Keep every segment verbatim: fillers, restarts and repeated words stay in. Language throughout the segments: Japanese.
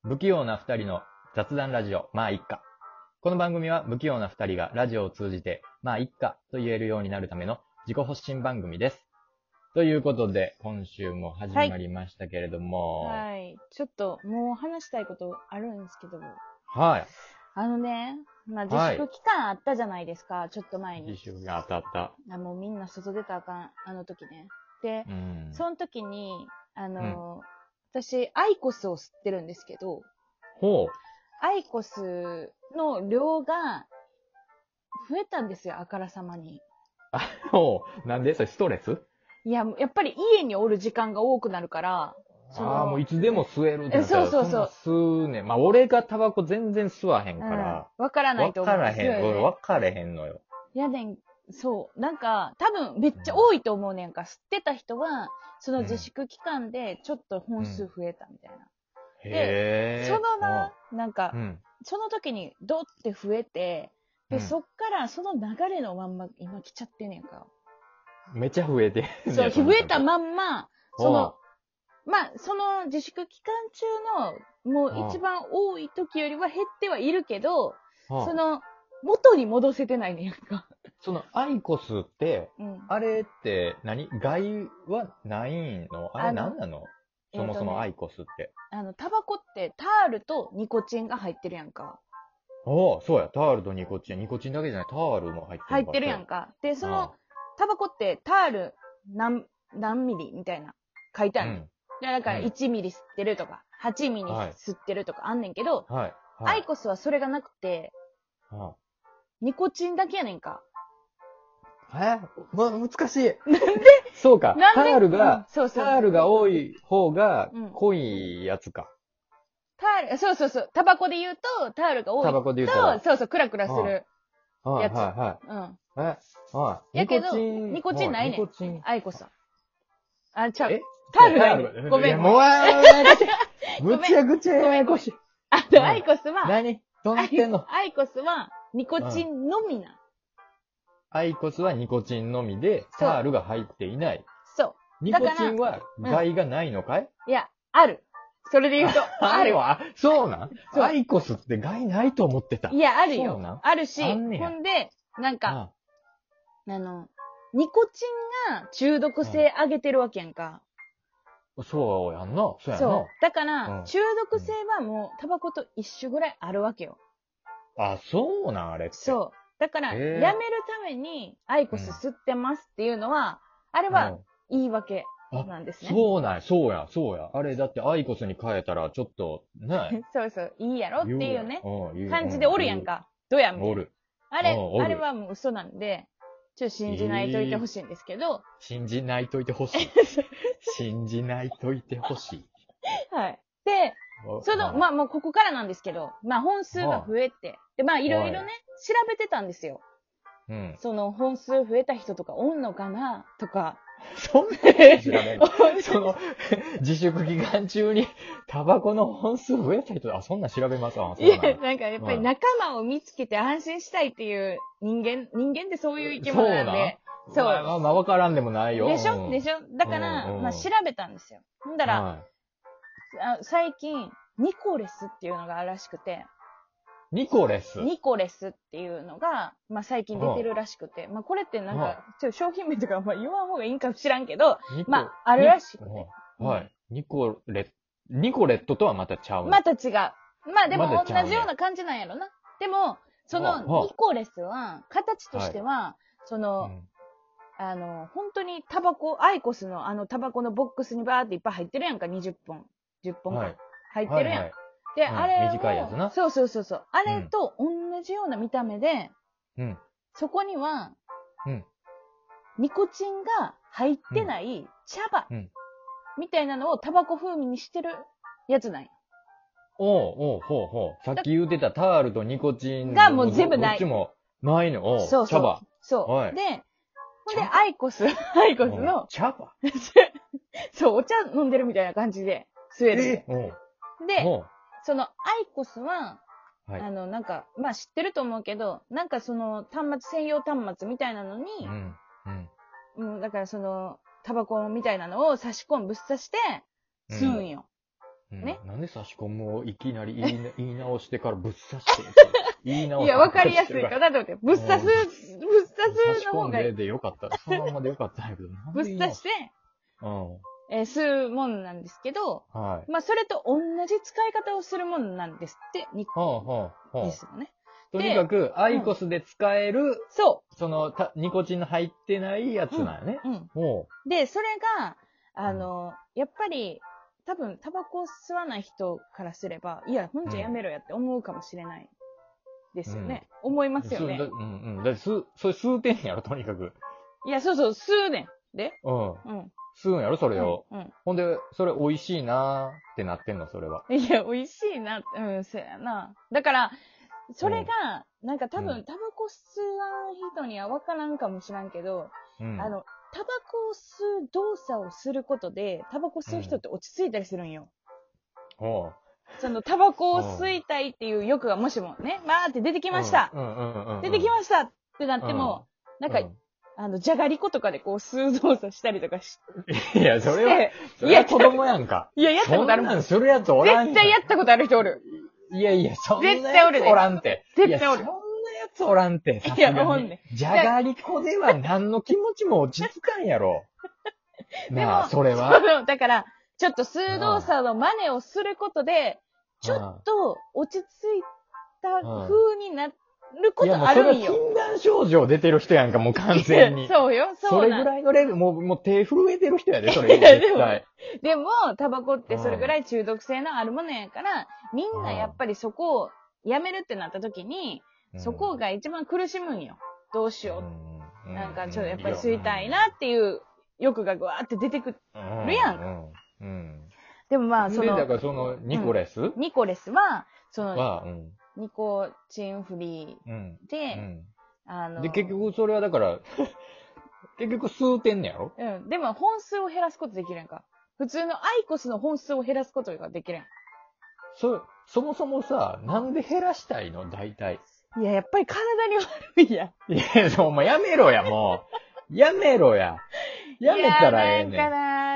不器用な二人の雑談ラジオ、まあいっか。この番組は不器用な二人がラジオを通じて、まあいっかと言えるようになるための自己発信番組です。ということで、今週も始まりましたけれども。 はい。はい、ちょっと、もう話したいことあるんですけど。 はい。 あのね、まあ自粛期間あったじゃないですか、はい、ちょっと前に。 自粛が当たった。 あ、もうみんな外出たらあかん、あの時ね。で、うん、その時に、あの、うん、私、アイコスを吸ってるんですけど、 ほう。 アイコスの量が増えたんですよ、あからさまに。 あ、ほう。なんでそれストレス？ いや、やっぱり家におる時間が多くなるから、 ああ、もういつでも吸えるってなったら、 そうそうそう。 吸うね。まあ、俺がタバコ全然吸わへんから。 わ、うん、からないと思う。 わからへん。俺わからへんのよ。 いやねん、そう。なんか、多分めっちゃ多いと思うねんか。吸ってた人は、その自粛期間でちょっと本数増えたみたいな。うん、で、そのな、なんか、うん、その時にドって増えて、で、うん、そっからその流れのまんま今来ちゃってんねんか。 めっちゃ増えてんそう、増えたまんま、その、まあ、その自粛期間中の、もう一番多い時よりは減ってはいるけど、その、元に戻せてないねんか。 そのアイコスって、うん、あれって何害はないの？あれ何なの？そもそもアイコスって。 あの、タバコってタールとニコチンが入ってるやんか。 ああ、そうや。タールとニコチン。ニコチンだけじゃない。タールも入ってる入ってるやんか。で、その、タバコってタール何、何ミリみたいな書いてある、ねん。うん、だからいちミリ吸ってるとか、はちミリ吸ってるとかあんねんけど、はいはいはい、アイコスはそれがなくて、はあ、ニコチンだけやねんか。 えま、難しい。 なんでそうか。タールが、うん、 そうそうタールが多い方が濃いやつか。うん、 タール、そうそうそう。タバコで言うと、タールが多いと、タバコで言うとそうそう、クラクラするやつ。 はいはいはい。うん。えはい。 やけど、ニコチンないねん。 ニコチン。 アイコスは。あ、ちゃう。タールがいい。ごめん。 もう、ぐちゃぐちゃややこしい。 あと、アイコスは、 何どうなってんの？ アイコスは、ニコチンのみな。 アイコスはニコチンのみで、タールが入っていない。 そう。 ニコチンは害がないのかい？ いや、ある。それで言うと、 あるわ。そうなん？アイコスって害ないと思ってた。 いや、あるよ。あるし、ほんで、なんか、あの、ニコチンが中毒性上げてるわけやんか。 そうやんな。そうやんな。 そう。だから、中毒性はもうタバコと一緒ぐらいあるわけよ。 あ、そうなんあれって。 そう。だから、やめるためにアイコス吸ってますっていうのは、あれは言い訳なんですね。 そうなんや、そうや、そうや。あれだってアイコスに変えたらちょっと、ね。 そうそう、いいやろっていうね、感じでおるやんか。どうやみたいな。おる。あれ、あれはもう嘘なんで、ちょっと信じないといてほしいんですけど。 信じないといてほしい。信じないといてほしい。 はい。で、その、まあもうここからなんですけど、まあ本数が増えて、で、まあいろいろね、調べてたんですよ。うん。その本数増えた人とかおんのかなとか。 そんなに調べるその、自粛期間中にタバコの本数増えた人、あ、そんな調べますわ。 いや、なんかやっぱり仲間を見つけて安心したいっていう人間、人間ってそういう生き物なんで。 そう。まあ、まあ、まあ、わからんでもないよ。 でしょでしょだから、まあ調べたんですよ。ほんだら、最近、ニコレスっていうのがあるらしくて。 ニコレスニコレスっていうのが、まあ最近出てるらしくて。まあこれってなんか、ちょっと商品名とかまあ言わん方がいいんか知らんけど、まああるらしくて。 はい。ニコレ、ニコレットとはまたちゃう。 また違う。まあでも同じような感じなんやろな。でも、そのニコレスは、形としては、その、あの、本当にタバコ、アイコスのあのタバコのボックスにバーっていっぱい入ってるやんか、にじゅっぽん。じゅっぽんか。入ってるやん。で、あれ、 短いやつな。 そうそうそうそう。あれと同じような見た目で、うん、そこには、うん、ニコチンが入ってない茶葉、うん、みたいなのをタバコ風味にしてるやつなんや。 おうおうほうほう。さっき言ってたタールとニコチンがもう全部ない。 どっちもないの。おうそうそう。 茶葉。 そう。はい、で、ほんで、アイコス、アイコスの、 茶葉そう、お茶飲んでるみたいな感じで、吸える。えで、そのアイコスは、はい、あの、なんか、まあ知ってると思うけど、なんかその端末、専用端末みたいなのに、うんうんうん、だからその、タバコみたいなのを差し込む、ぶっ刺して、吸うんよ。 ね。 なんで差し込むをいきなり言い言い直してからぶっ刺して言い直して。 いや、わかりやすいかなと思って。ぶっ刺す、ぶっ刺すの方が。 差し込んででよかった。そのままでよかったんやけど。 ぶっ刺して、 うん。 えー、吸うもんなんですけど、 はい。 まあ、それと同じ使い方をするもんなんですって、ニコチンですよね。 とにかく、アイコスで使える、うん、 そう。 そのた、ニコチンの入ってないやつなんよね。 うん。うん、で、それが、あの、やっぱり、多分、タバコを吸わない人からすれば、いや、ほんじゃやめろやって思うかもしれないですよね。うん、思いますよね。 うんうん。だって、す、それ吸うてんやろ、とにかく。 いや、そうそう、吸うねん。でうん。うん。吸うんやろ、それを。 うん。うん、 ほんで、それ美味しいなーってなってんの、それは。 いや、美味しいなって、うん、そうやな。だから、それが、なんか多分、タバコ吸わん人には分からんかもしらんけど、うん、あの、タバコを吸う動作をすることで、タバコ吸う人って落ち着いたりするんよ。うん、その、タバコを吸いたいっていう欲がもしもね、バーって出てきました。出てきましたってなっても、うん、なんか、うん、あの、じゃがりことかでこう吸う動作したりとかして。いや、それは、それは子供やんか。 いや、やったことあるもん。 そんなんするやつおらん。 絶対やったことある人おる。 いやいや、そんなやつおらんて。 絶対おる。 そんなやつおらんて。 いや、ほんね。 じゃがりこでは何の気持ちも落ち着かんやろ。なあ、それは。 そうだから、ちょっと数動作の真似をすることで、ちょっと落ち着いた風になることあるんよ。いや、もうそれは禁断症状出てる人やんか、もう完全に。 そうよ、そうそれぐらいのレベル、もう、もう手震えてる人やで、それ絶対。 でも、タバコってそれぐらい中毒性のあるものやから、みんなやっぱりそこをやめるってなった時に、そこが一番苦しむんよ。どうしよう。なんかちょっとやっぱり吸いたいなっていう欲がぐわーって出てくるやん。でもまあ、その。 だからそのニコレス、 ニコレスは、その、ニコチンフリーで、 あの。で、結局それはだから、結局吸うてんねやろ？ うん。でも本数を減らすことできるやんか。普通のアイコスの本数を減らすことができるやん。 そ、そもそもさ、なんで減らしたいの？大体。 いや、やっぱり体に悪いやん。 いや、そう、もうやめろや、もう。やめろや。やめたらええねん。 だから、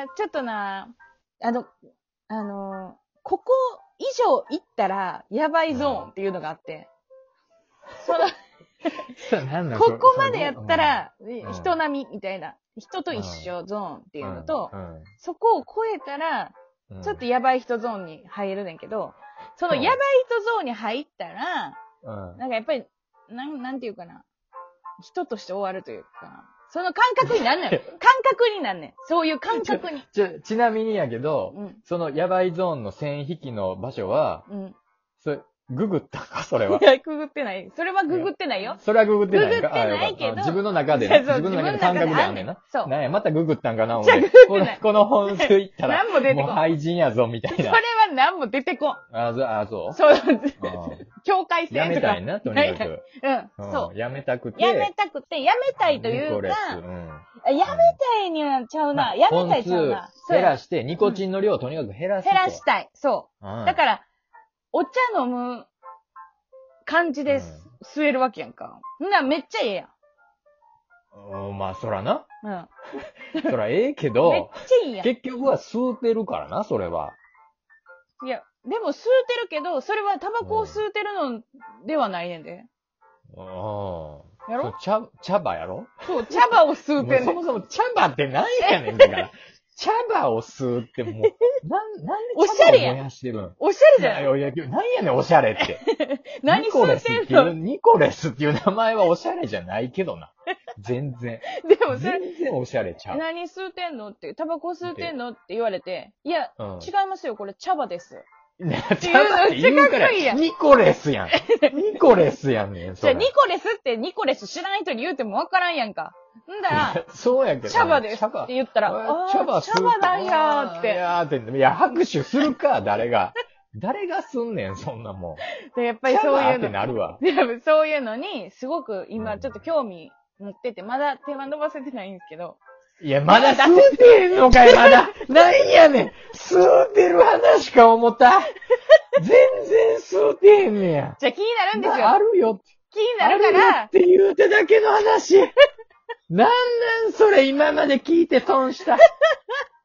ちょっとな、あの、あの、ここ以上行ったら、やばいゾーンっていうのがあって。その、ここまでやったら、人並みみたいな。人と一緒ゾーンっていうのと、そこを超えたら、ちょっとやばい人ゾーンに入るねんけど、そのやばい人ゾーンに入ったら、なんかやっぱり、なん、なんていうかな。人として終わるというか、その感覚になんねん。感覚になんねん。そういう感覚に。 ち, ち, ちなみにやけど、うん、そのやばいゾーンの線引きの場所は、うん、それ、ググったかそれは。 いや、ググってない。それはググってないよ。 それはググってないか。ググってないけど。 自分の中で、ね、自分の中で感覚であんねんな。 そう。 なんや、またググったんかな、 じゃあググってない。 この本数いったら、 何も出てこん。 もう廃人やぞ、みたいな。それは何も出てこん。 あ、そう、あ、そうそう。境界線とか。 やめたいな、とにかく。 うん。そう。 やめたくて。 やめたくて、やめたいというか、やめたいにはちゃうな。やめたいちゃうな。 減らして、ニコチンの量をとにかく減らす。 減らしたい。そう。だから、お茶飲む感じで吸えるわけやんか。んな、めっちゃええやん。まあ、そらな。うん。そらええけど、 めっちゃいいやん。 結局は吸うてるからな、それは。 いや、でも吸うてるけど、それはタバコを吸うてるのではないねんで。 ああ。 やろ？ 茶、茶葉やろ？ そう、茶葉を吸うてんねん。 そもそも茶葉って何やねんだから。茶葉を吸うってもう、なん、なんで茶葉を燃やしてるん？ おしゃれじゃん。 いやいや、何やねん、おしゃれって。 何吸うてんの？ ニコレスっていう名前はおしゃれじゃないけどな。全然。 でもそれ、 全然おしゃれちゃう。 何吸うてんのって、タバコ吸うてんのって言われて、いや、うん、違いますよ、これ茶葉です。 茶葉って言うから、ニコレスやん。ニコレスやんねん、それ。じゃあ、ニコレスってニコレス知らん人に言うてもわからんやんか。んだら、 そうやけど。 茶葉ですって言ったら、 茶葉茶葉なんやーって。 いやーって、いや、拍手するか、誰が。誰がすんねん、そんなもん。 で、やっぱりそういうの。 ってなるわ。 そういうのに、すごく今ちょっと興味持ってて、まだ手は伸ばせてないんですけど。 いや、まだ吸うてんのかい、まだ。なんやねん。吸うてる話か思った。全然吸うてへんねや。 じゃあ気になるんですよ。 あるよ。 気になるから。 あるって言うてだけの話。なんなんそれ今まで聞いて損した。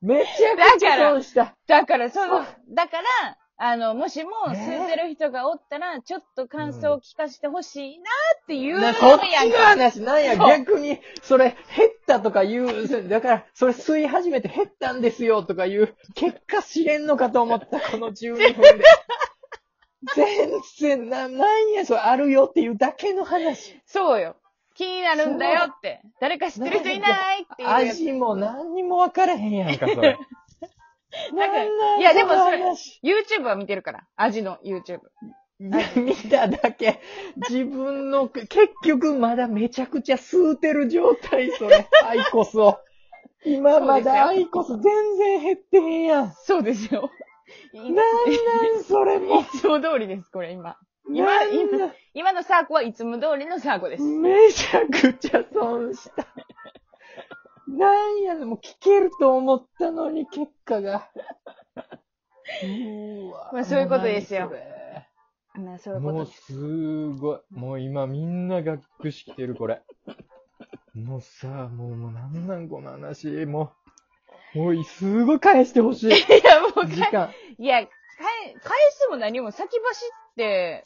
めちゃくちゃ損した。 だから、その、だから、あの、もしも吸ってる人がおったら、ちょっと感想を聞かせてほしいなっていうのやんか。 そっちの話、なんや、逆に、それ、減ったとか言う、だから、それ吸い始めて減ったんですよとか言う、結果知れんのかと思った、このじゅうにふんで。全然、な、なんや、それあるよっていうだけの話。 そうよ。気になるんだよって。誰か知ってる人いないっていう。 味も何にも分からへんやんか、それ。 なんか、いや、でもそれ、YouTube は見てるから。味の YouTube。 見ただけ。自分の、結局まだめちゃくちゃ吸うてる状態、それ。アイコスを。今まだアイコス全然減ってへんやん。 そうですよ。 なんなんそれも。 いつも通りです、これ今。今、今、今のサーコはいつも通りのサーコです。 めちゃくちゃ損した。なんや、もう聞けると思ったのに、結果が。うーわ。 まあそういうことですよ。 まあそういうことです。もうすごい。もう今みんながっくしきてる、これ。もうさ、もう、もうなんなんこの話。もう、もうすごい返してほしい。いや、もう、 時間。 いや、返、返すも何も先走って、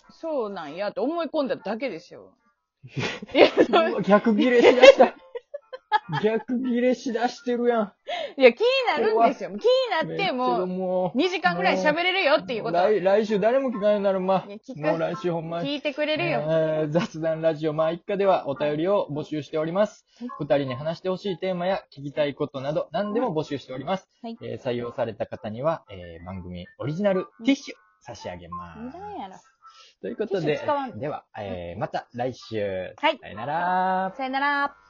そうなんやと思い込んだだけですよ。 いや、逆ギレしだした。逆ギレしだしてるやん。 いや、気になるんですよ。気になって、もう、もうにじかんぐらい喋れるよっていうこと。 来、来週誰も聞かないようになるま。もう来週ほんまに。聞いてくれるよ。 えー、雑談ラジオまあ一家ではお便りを募集しております。二、はい、人に話してほしいテーマや聞きたいことなど何でも募集しております。はい、えー、採用された方には、えー、番組オリジナルティッシュ差し上げます。いらんやろ。ということで、では、えー、また来週。はい。さよなら。 さよなら。